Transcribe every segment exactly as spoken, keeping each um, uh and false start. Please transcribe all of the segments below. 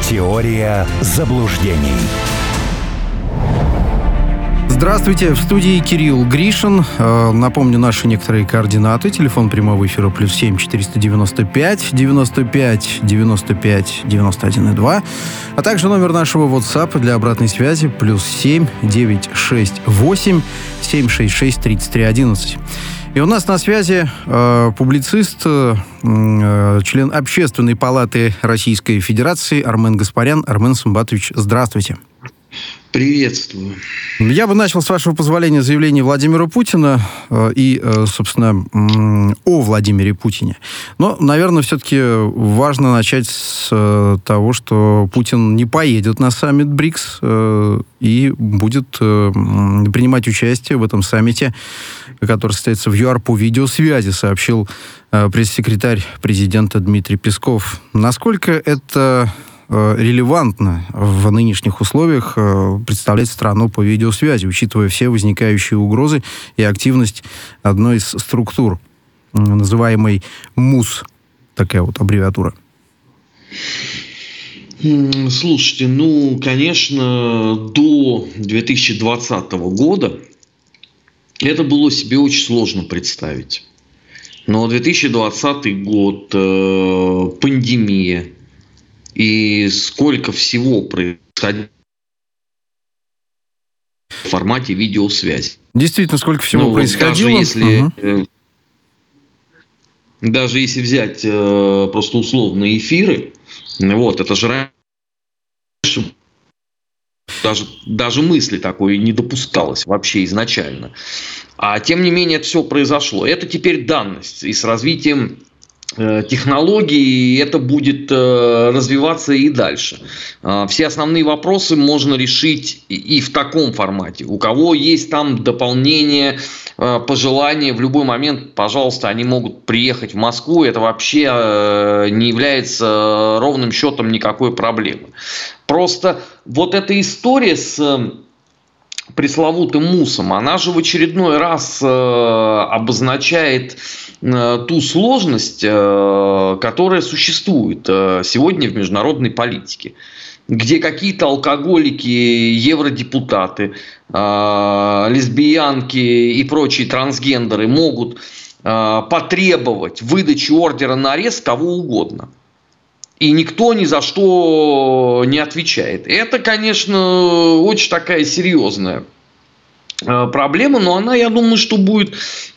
Теория заблуждений. Здравствуйте, в студии Кирилл Гришин. Напомню наши некоторые координаты. Телефон прямого эфира плюс семь четыреста девяносто пять девяносто пять девяносто пять девяносто один и два, а также номер нашего WhatsApp для обратной связи плюс семь девятьсот шестьдесят восемь семьсот шестьдесят шесть тридцать три одиннадцать. И у нас на связи э, публицист, э, член Общественной палаты Российской Федерации Армен Гаспарян. Армен Самбатович, здравствуйте. Приветствую. Я бы начал, с вашего позволения, заявление Владимира Путина э, и, э, собственно, э, о Владимире Путине. Но, наверное, все-таки важно начать с э, того, что Путин не поедет на саммит БРИКС э, и будет э, принимать участие в этом саммите, который состоится в ЮАР по видеосвязи, сообщил э, пресс-секретарь президента Дмитрий Песков. Насколько это релевантно в нынешних условиях представлять страну по видеосвязи, учитывая все возникающие угрозы и активность одной из структур, называемой МУС, такая вот аббревиатура? Слушайте, ну, конечно, до две тысячи двадцатого года это было себе очень сложно представить. Но две тысячи двадцатый год, э, пандемия, и сколько всего происходило в формате видеосвязи. Действительно, сколько всего ну, происходило. Даже если, угу. э, даже если взять э, просто условные эфиры, вот, это же раньше даже, даже мысли такой не допускалось вообще изначально. А тем не менее, это все произошло. Это теперь данность. И с развитием технологий это будет развиваться и дальше. Все основные вопросы можно решить и в таком формате. У кого есть там дополнение, пожелания, в любой момент, пожалуйста, они могут приехать в Москву. Это вообще не является ровным счетом никакой проблемы. Просто вот эта история с пресловутым МУСом, она же в очередной раз э, обозначает э, ту сложность, э, которая существует э, сегодня в международной политике, где какие-то алкоголики, евродепутаты, э, лесбиянки и прочие трансгендеры могут э, потребовать выдачи ордера на арест кого угодно. И никто ни за что не отвечает. Это, конечно, очень такая серьезная проблема, но она, я думаю, что будет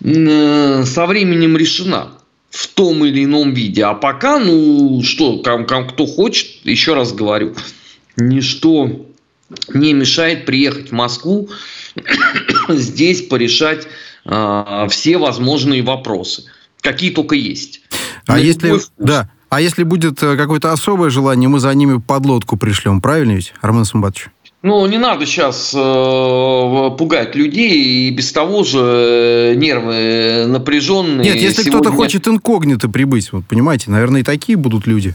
со временем решена в том или ином виде. А пока, ну что, кому, кому, кто хочет, еще раз говорю, ничто не мешает приехать в Москву, здесь порешать э, все возможные вопросы, какие только есть. А На если... Да. А если будет какое-то особое желание, мы за ними подлодку пришлем, правильно ведь, Армен Самбатович? Ну, не надо сейчас э, пугать людей, и без того же нервы напряженные. Нет, если Сегодня... кто-то хочет инкогнито прибыть, вот, понимаете, наверное, и такие будут люди.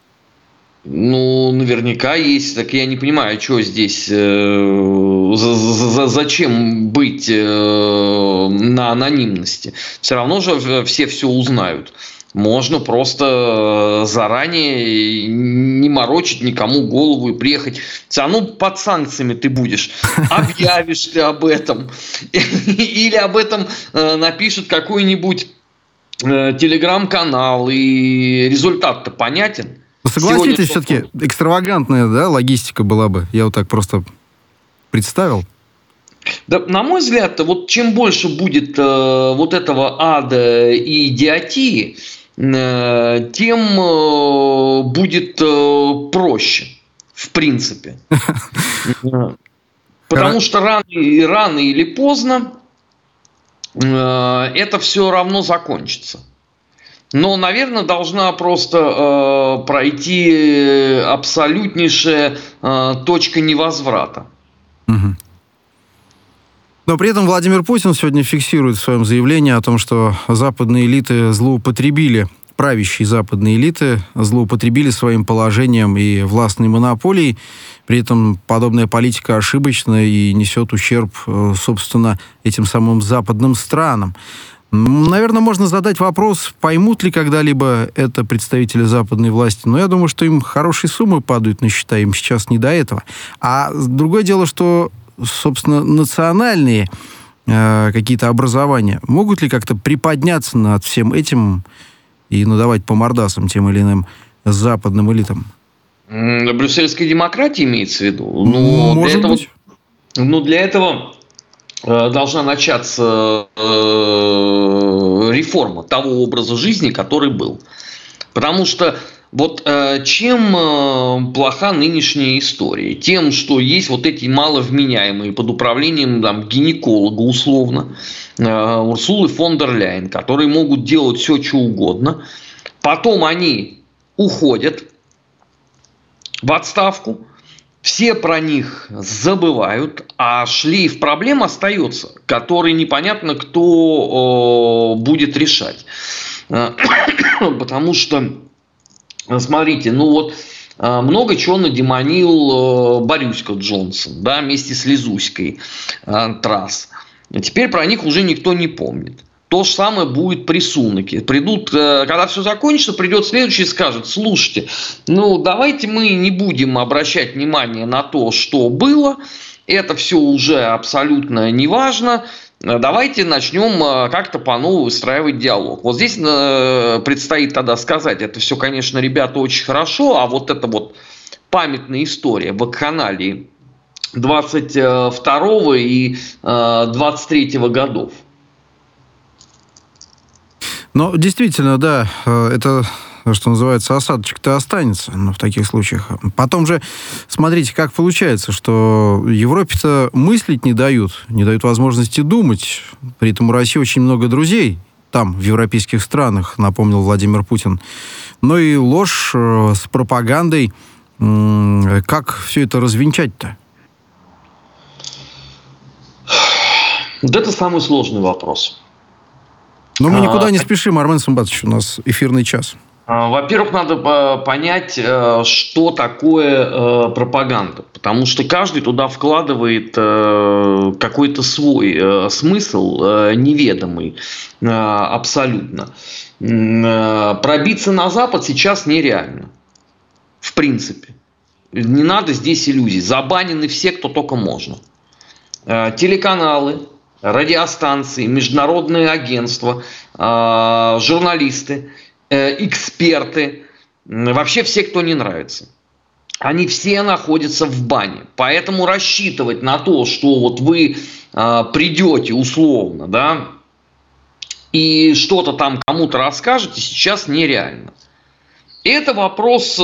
Ну, наверняка есть. Так я не понимаю, что здесь, э, за, за, зачем быть э, на анонимности. Все равно же все все узнают. Можно просто заранее не морочить никому голову и приехать. Все равно под санкциями ты будешь. Объявишь ты об этом. Или об этом напишет какой-нибудь телеграм-канал. И результат-то понятен. Согласитесь, все-таки экстравагантная, да, логистика была бы. Я вот так просто представил. Да, на мой взгляд, вот чем больше будет э, вот этого ада и идиотии, э, тем э, будет э, проще, в принципе. Потому что рано, рано или поздно э, это все равно закончится. Но, наверное, должна просто э, пройти абсолютнейшая э, точка невозврата. Угу. Но при этом Владимир Путин сегодня фиксирует в своем заявлении о том, что западные элиты злоупотребили, правящие западные элиты злоупотребили своим положением и властной монополией. При этом подобная политика ошибочна и несет ущерб, собственно, этим самым западным странам. Наверное, можно задать вопрос, поймут ли когда-либо это представители западной власти. Но я думаю, что им хорошие суммы падают на счета, им сейчас не до этого. А другое дело, что, собственно, национальные э, какие-то образования могут ли как-то приподняться над всем этим и надавать по мордасам тем или иным западным элитам? Брюссельская демократия имеется в виду? Ну, Может для этого, быть. Ну, для этого э, должна начаться э, реформа того образа жизни, который был. Потому что вот э, чем э, плоха нынешняя история? Тем, что есть вот эти маловменяемые под управлением там, гинеколога условно, э, Урсулы фон дер Ляйен, которые могут делать все, что угодно. Потом они уходят в отставку, все про них забывают, а шлейф проблем остается, который непонятно кто э, будет решать. Потому что, смотрите, ну вот э, много чего надемонил э, Борюська Джонсон, да, вместе с Лизуськой э, Трасс. Теперь про них уже никто не помнит. То же самое будет при Сунаке. Придут, когда все закончится, придет следующий и скажет: слушайте, ну давайте мы не будем обращать внимание на то, что было. Это все уже абсолютно не важно. Давайте начнем как-то по-новому выстраивать диалог. Вот здесь предстоит тогда сказать: это все, конечно, ребята, очень хорошо, а вот это вот памятная история вакханалии двадцать второго и двадцать третьего годов. Ну, действительно, да, это, что называется, осадочек-то останется, ну, в таких случаях. Потом же, смотрите, как получается, что Европе-то мыслить не дают, не дают возможности думать. При этом у России очень много друзей там, в европейских странах, напомнил Владимир Путин. Но и ложь с пропагандой. Как все это развенчать-то? Вот это самый сложный вопрос. Но мы никуда не спешим, Армен Самбатович, у нас эфирный час. Во-первых, надо понять, что такое пропаганда. Потому что каждый туда вкладывает какой-то свой смысл, неведомый абсолютно. Пробиться на Запад сейчас нереально. В принципе. Не надо здесь иллюзий. Забанены все, кто только можно. Телеканалы, радиостанции, международные агентства, журналисты, эксперты, вообще все, кто не нравится. Они все находятся в бане. Поэтому рассчитывать на то, что вот вы придете условно, да, и что-то там кому-то расскажете, сейчас нереально. Это вопрос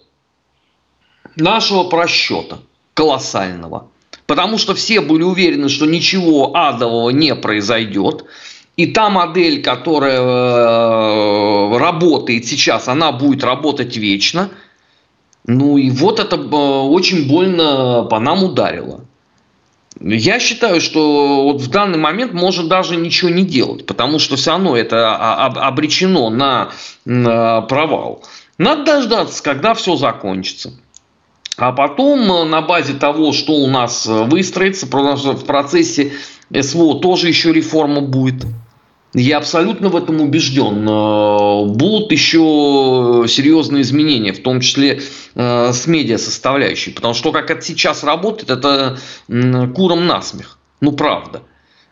нашего просчета колоссального. Потому что все были уверены, что ничего адового не произойдет. И та модель, которая работает сейчас, она будет работать вечно. Ну и вот это очень больно по нам ударило. Я считаю, что вот в данный момент можно даже ничего не делать. Потому что все равно это обречено на провал. Надо дождаться, когда все закончится. А потом на базе того, что у нас выстроится, в процессе СВО тоже еще реформа будет. Я абсолютно в этом убежден. Будут еще серьезные изменения, в том числе с медиа составляющей. Потому что как это сейчас работает, это курам насмех. Ну, правда.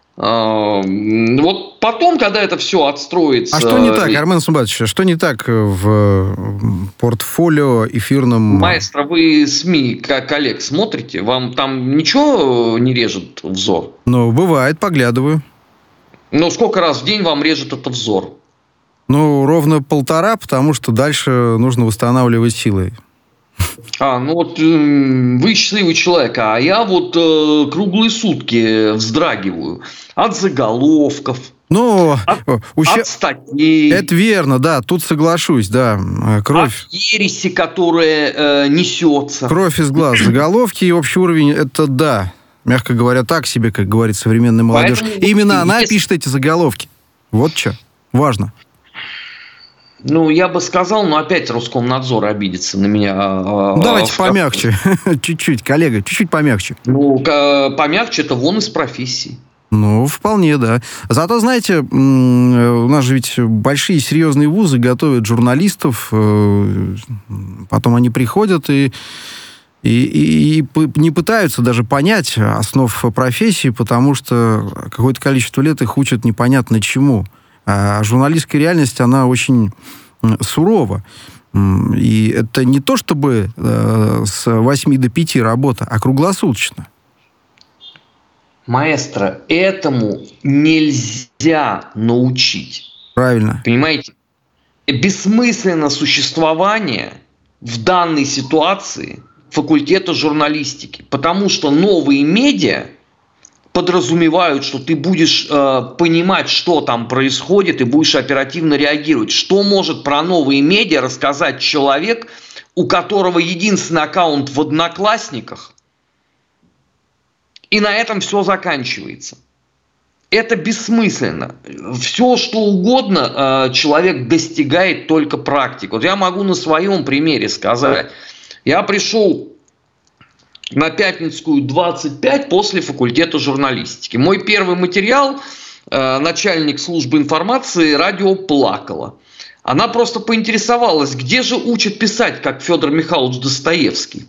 Вот потом, когда это все отстроится... А что не так, Армен Самбатович, что не так в портфолио эфирном... Маэстро, вы СМИ коллег смотрите? Вам там ничего не режет взор? Ну, бывает, поглядываю. Ну, сколько раз в день вам режет это взор? Ну, ровно полтора, потому что дальше нужно восстанавливать силы. А, ну вот э, вы счастливый человек, а я вот э, круглые сутки вздрагиваю от заголовков, ну, от, ущ... от статей. Это верно, да, тут соглашусь, да. Кровь. От ереси, которая э, несется. Кровь из глаз, заголовки и общий уровень, это да. Мягко говоря, так себе, как говорит современная молодежь. Поэтому именно она есть... пишет эти заголовки. Вот что важно. Ну, я бы сказал, но опять Роскомнадзор обидится на меня. Давайте помягче. Чуть-чуть, коллега, чуть-чуть помягче. Ну, помягче это вон из профессии. Ну, вполне, да. Зато, знаете, у нас же ведь большие серьезные вузы готовят журналистов, потом они приходят и, и, и, и не пытаются даже понять основ профессии, потому что какое-то количество лет их учат непонятно чему. А журналистская реальность, она очень сурова. И это не то, чтобы с восьми до пяти работа, а круглосуточно. Маэстро, этому нельзя научить. Правильно. Понимаете? Бессмысленно существование в данной ситуации факультета журналистики, потому что новые медиа подразумевают, что ты будешь э, понимать, что там происходит, и будешь оперативно реагировать. Что может про новые медиа рассказать человек, у которого единственный аккаунт в Одноклассниках, и на этом все заканчивается? Это бессмысленно. Все, что угодно э, человек достигает только практикой. Вот я могу на своем примере сказать. Я пришел на Пятницкую двадцать пять после факультета журналистики. Мой первый материал э, начальник службы информации радио плакала. Она просто поинтересовалась, где же учат писать, как Федор Михайлович Достоевский.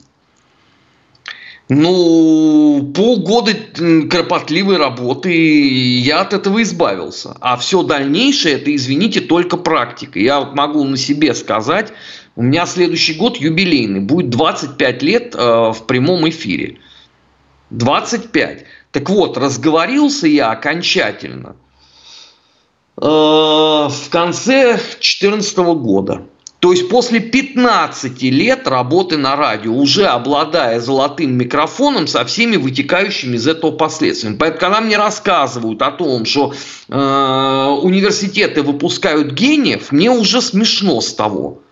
Ну, полгода кропотливой работы, и я от этого избавился. А все дальнейшее, это, извините, только практика. Я вот могу на себе сказать, у меня следующий год юбилейный, будет двадцать пять лет э, в прямом эфире. двадцать пять. Так вот, разговорился я окончательно э, в конце две тысячи четырнадцатого года. То есть после пятнадцати лет работы на радио, уже обладая золотым микрофоном со всеми вытекающими из этого последствиями. Поэтому, когда мне рассказывают о том, что э, университеты выпускают гениев, мне уже смешно с того.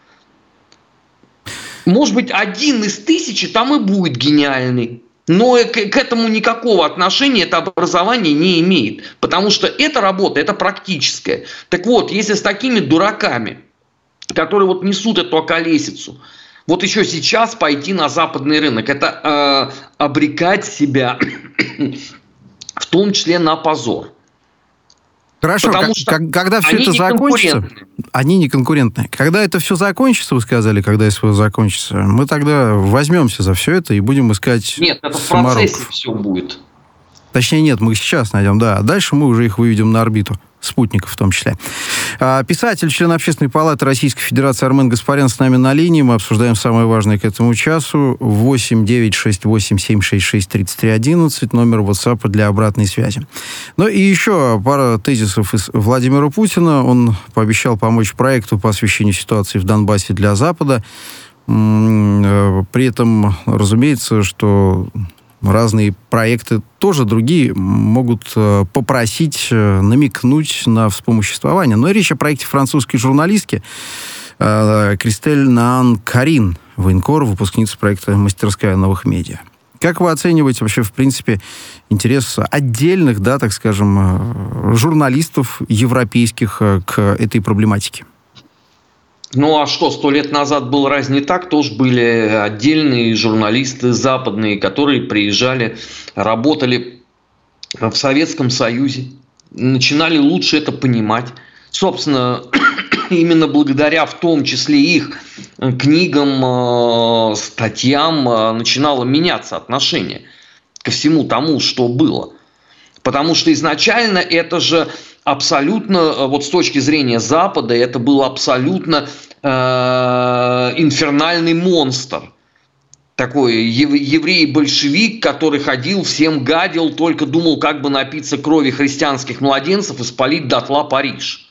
Может быть, один из тысячи там и будет гениальный. Но к, к этому никакого отношения это образование не имеет. Потому что эта работа, это практическая. Так вот, если с такими дураками, которые вот несут эту околесицу, вот еще сейчас пойти на западный рынок, это э, обрекать себя в том числе на позор. Хорошо, как, как, когда все это закончится, они не конкурентные. Когда это все закончится, вы сказали, когда СВО закончится, мы тогда возьмемся за все это и будем искать Нет, это самородков. В процессе все будет. Точнее, нет, мы сейчас найдем, да. А дальше мы уже их выведем на орбиту. Спутников в том числе. Писатель, член Общественной палаты Российской Федерации Армен Гаспарян с нами на линии. Мы обсуждаем самое важное к этому часу. восемь девятьсот шестьдесят восемь семьсот шестьдесят шесть тридцать три одиннадцать, номер WhatsApp для обратной связи. Ну и еще пара тезисов из Владимира Путина. Он пообещал помочь проекту по освещению ситуации в Донбассе для Запада. При этом, разумеется, что разные проекты, тоже другие, могут попросить намекнуть на вспомоществование. Но речь о проекте французской журналистки Кристель Наан-Карин, военкор, выпускница проекта «Мастерская новых медиа». Как вы оцениваете вообще, в принципе, интерес отдельных, да, так скажем, журналистов европейских к этой проблематике? Ну а что, сто лет назад было разве не так? Тоже были отдельные журналисты западные, которые приезжали, работали в Советском Союзе, начинали лучше это понимать. Собственно, именно благодаря в том числе их книгам, статьям начинало меняться отношение ко всему тому, что было. Потому что изначально это же абсолютно, вот с точки зрения Запада, это был абсолютно э, инфернальный монстр. Такой еврей-большевик, который ходил, всем гадил, только думал, как бы напиться крови христианских младенцев и спалить дотла Париж.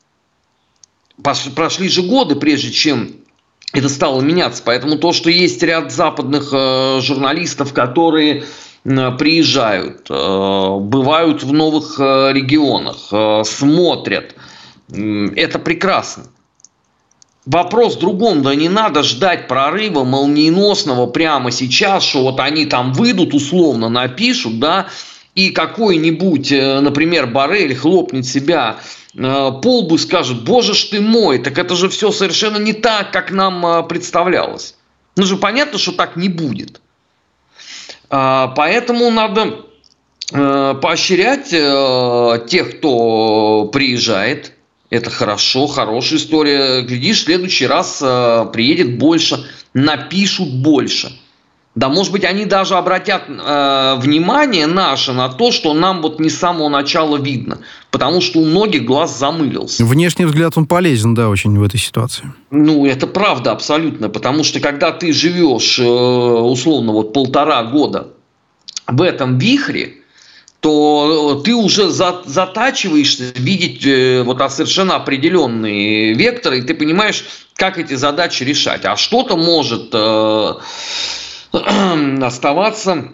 Прошли же годы, прежде чем это стало меняться. Поэтому то, что есть ряд западных э, журналистов, которые приезжают, бывают в новых регионах, смотрят. Это прекрасно. Вопрос в другом. Да не надо ждать прорыва молниеносного прямо сейчас, что вот они там выйдут, условно напишут, да, и какой-нибудь, например, Боррель хлопнет себя по лбу и скажет: боже ж ты мой, так это же все совершенно не так, как нам представлялось. Ну же понятно, что так не будет. Поэтому надо поощрять тех, кто приезжает. Это хорошо, хорошая история. Глядишь, в следующий раз приедет больше, напишут больше. Да, может быть, они даже обратят э, внимание наше на то, что нам вот не с самого начала видно. Потому что у многих глаз замылился. Внешний взгляд, он полезен, да, очень в этой ситуации. Ну, это правда абсолютно. Потому что, когда ты живешь, э, условно, вот полтора года в этом вихре, то ты уже за, затачиваешься видеть э, вот совершенно определенные векторы, и ты понимаешь, как эти задачи решать. А что-то может... Э, оставаться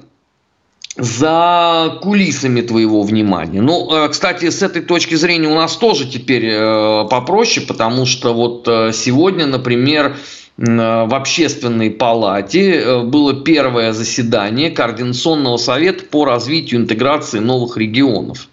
за кулисами твоего внимания. Ну, кстати, с этой точки зрения у нас тоже теперь попроще, потому что вот сегодня, например, в Общественной палате было первое заседание Координационного совета по развитию и интеграции новых регионов.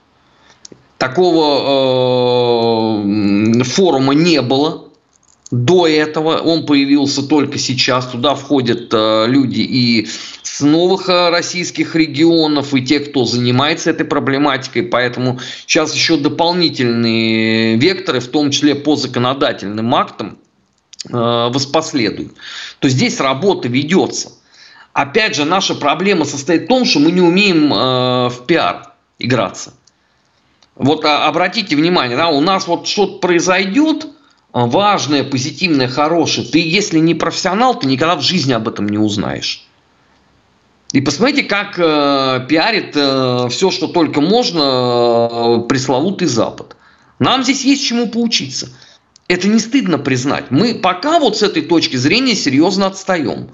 Такого э, форума не было. До этого он появился только сейчас. Туда входят э, люди и с новых э, российских регионов, и те, кто занимается этой проблематикой. Поэтому сейчас еще дополнительные векторы, в том числе по законодательным актам, э, воспоследуют. То есть здесь работа ведется. Опять же, наша проблема состоит в том, что мы не умеем э, в пиар играться. Вот а, обратите внимание, да, у нас вот что-то произойдет, важное, позитивное, хорошее. Ты, если не профессионал, ты никогда в жизни об этом не узнаешь. И посмотрите, как э, пиарит э, все, что только можно, э, пресловутый Запад. Нам здесь есть чему поучиться. Это не стыдно признать. Мы пока вот с этой точки зрения серьезно отстаем.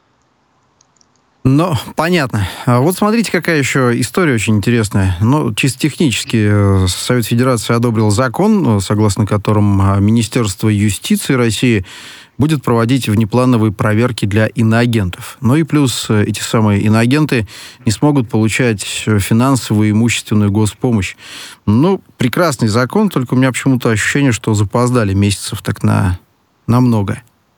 Ну, понятно. А вот смотрите, какая еще история очень интересная. Ну, чисто технически Совет Федерации одобрил закон, согласно которому Министерство юстиции России будет проводить внеплановые проверки для иноагентов. Ну и плюс эти самые иноагенты не смогут получать финансовую и имущественную госпомощь. Ну, прекрасный закон, только у меня почему-то ощущение, что запоздали месяцев так на, на много.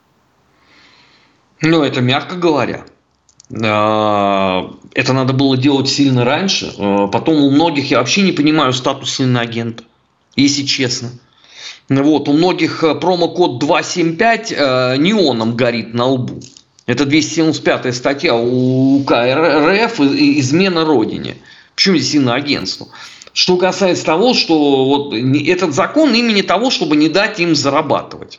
Ну, это мягко говоря. Это надо было делать сильно раньше. Потом у многих, я вообще не понимаю статус иноагента, если честно. Вот, у многих промокод два семь пять неоном горит на лбу. Это двести семьдесят пятая статья УК РФ «Измена Родине». Почему здесь иноагентство? Что касается того, что вот этот закон имени того, чтобы не дать им зарабатывать.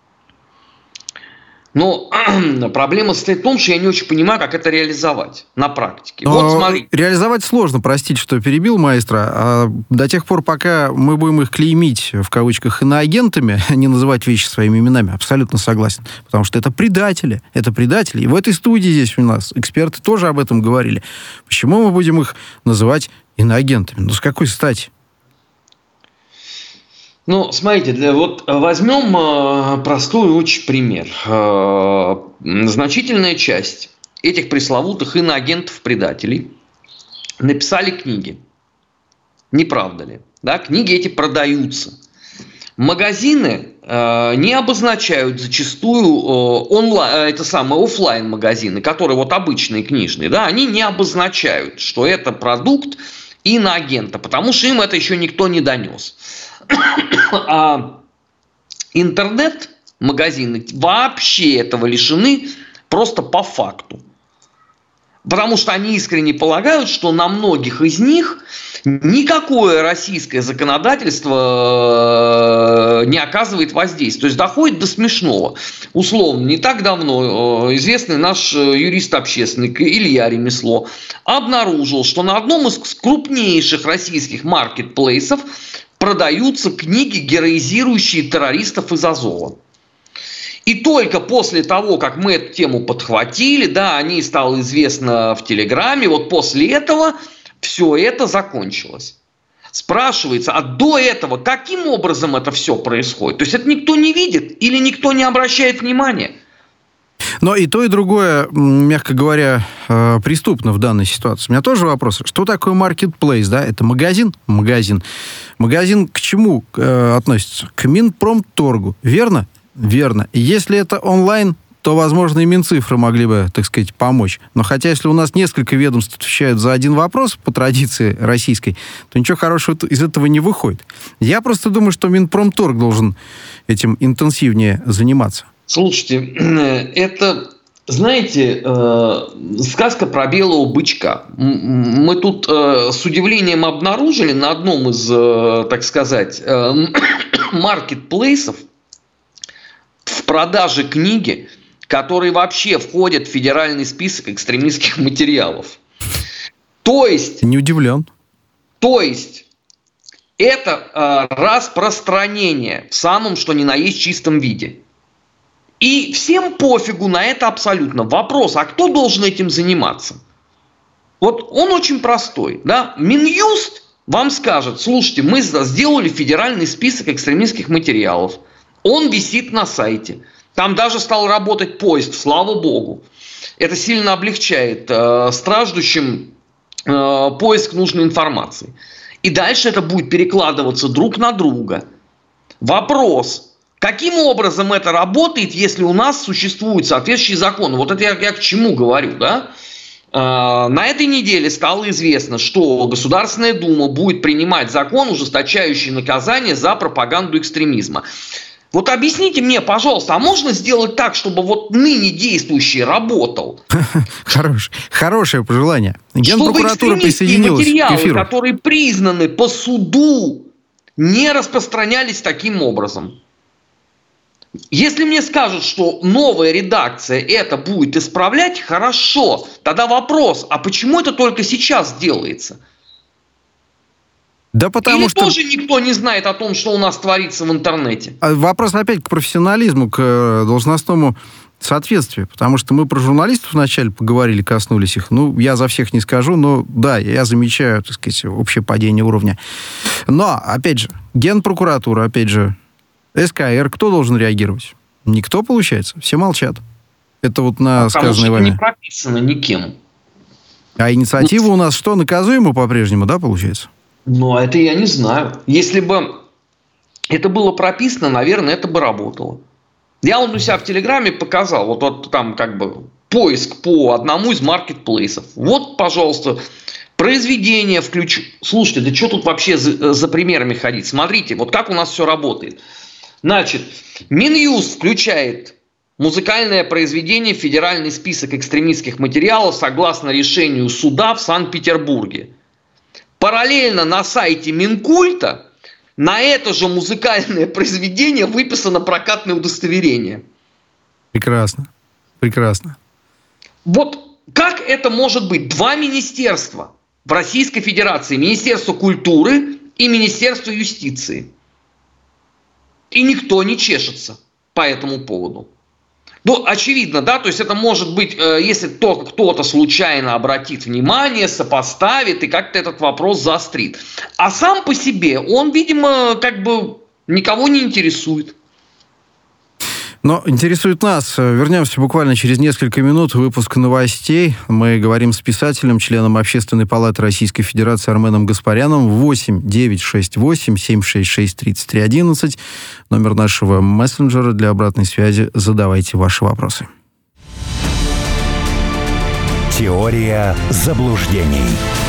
Но проблема состоит в том, что я не очень понимаю, как это реализовать на практике. Но вот смотри. Реализовать сложно, простите, что перебил, маэстро. А до тех пор, пока мы будем их клеймить, в кавычках, иноагентами, не называть вещи своими именами, абсолютно согласен. Потому что это предатели. Это предатели. И в этой студии здесь у нас эксперты тоже об этом говорили. Почему мы будем их называть иноагентами? Ну, с какой стати? Ну, смотрите, для, вот возьмем э, простой очень пример. Э, значительная часть этих пресловутых иноагентов-предателей написали книги. Не правда ли? Да? Книги эти продаются. Магазины э, не обозначают зачастую э, онлайн, это самые офлайн-магазины, которые вот обычные книжные, да, они не обозначают, что это продукт иноагента, потому что им это еще никто не донес. А интернет-магазины вообще этого лишены просто по факту. Потому что они искренне полагают, что на многих из них никакое российское законодательство не оказывает воздействия. То есть доходит до смешного. Условно, не так давно известный наш юрист-общественник Илья Ремесло обнаружил, что на одном из крупнейших российских маркетплейсов продаются книги, героизирующие террористов из Азова. И только после того, как мы эту тему подхватили, да, о ней стало известно в Телеграме, вот после этого все это закончилось. Спрашивается, а до этого каким образом это все происходит? То есть это никто не видит или никто не обращает внимания? Но и то, и другое, мягко говоря, преступно в данной ситуации. У меня тоже вопрос. Что такое маркетплейс? Да? Это магазин? Магазин. Магазин к чему э, относится? К Минпромторгу. Верно? Верно. И если это онлайн, то, возможно, и Минцифры могли бы, так сказать, помочь. Но хотя, если у нас несколько ведомств отвечают за один вопрос по традиции российской, то ничего хорошего из этого не выходит. Я просто думаю, что Минпромторг должен этим интенсивнее заниматься. Слушайте, это... Знаете, э, сказка про белого бычка. Мы тут э, с удивлением обнаружили на одном из, э, так сказать, э, маркетплейсов в продаже книги, которые вообще входят в федеральный список экстремистских материалов. То есть... Не удивлен. То есть, это э, распространение в самом что ни на есть чистом виде. И всем пофигу на это абсолютно. Вопрос, а кто должен этим заниматься? Вот он очень простой. Да? Минюст вам скажет, слушайте, мы сделали федеральный список экстремистских материалов. Он висит на сайте. Там даже стал работать поиск, слава богу. Это сильно облегчает э, страждущим э, поиск нужной информации. И дальше это будет перекладываться друг на друга. Вопрос. Каким образом это работает, если у нас существуют соответствующие законы? Вот это я, я к чему говорю, да? Э, на этой неделе стало известно, что Государственная Дума будет принимать закон, ужесточающий наказание за пропаганду экстремизма. Вот объясните мне, пожалуйста, а можно сделать так, чтобы вот ныне действующий работал? Хорош, хорошее пожелание. Генпрокуратура присоединилась к эфиру. Материалы, которые признаны по суду, не распространялись таким образом. Если мне скажут, что новая редакция это будет исправлять, хорошо. Тогда вопрос, а почему это только сейчас делается? Да потому Или что... тоже никто не знает о том, что у нас творится в интернете? Вопрос опять к профессионализму, к должностному соответствию. Потому что мы про журналистов вначале поговорили, коснулись их. Ну, я за всех не скажу, но да, я замечаю, так сказать, общее падение уровня. Но, опять же, Генпрокуратура, опять же, эс ка эр, кто должен реагировать? Никто, получается. Все молчат. Это вот на а сказанное вами. Не прописано никем. А инициатива ну, у нас что, наказуема по-прежнему, да, получается? Ну, а это я не знаю. Если бы это было прописано, наверное, это бы работало. Я вот у себя в Телеграме показал, вот, вот там как бы поиск по одному из маркетплейсов. Вот, пожалуйста, произведение включу. Слушайте, да что тут вообще за, за примерами ходить? Смотрите, вот как у нас все работает. Значит, Минюст включает музыкальное произведение в федеральный список экстремистских материалов согласно решению суда в Санкт-Петербурге. Параллельно на сайте Минкульта на это же музыкальное произведение выписано прокатное удостоверение. Прекрасно. Прекрасно. Вот как это может быть? Два министерства в Российской Федерации. Министерство культуры и Министерство юстиции. И никто не чешется по этому поводу. Ну, очевидно, да, то есть это может быть, э, если только кто-то случайно обратит внимание, сопоставит и как-то этот вопрос заострит. А сам по себе он, видимо, как бы никого не интересует. Но интересует нас. Вернемся буквально через несколько минут. Выпуск новостей. Мы говорим с писателем, членом Общественной палаты Российской Федерации Арменом Гаспаряном. восемь девятьсот шестьдесят восемь семьсот шестьдесят шесть тридцать три одиннадцать. Номер нашего мессенджера для обратной связи. Задавайте ваши вопросы. Теория заблуждений.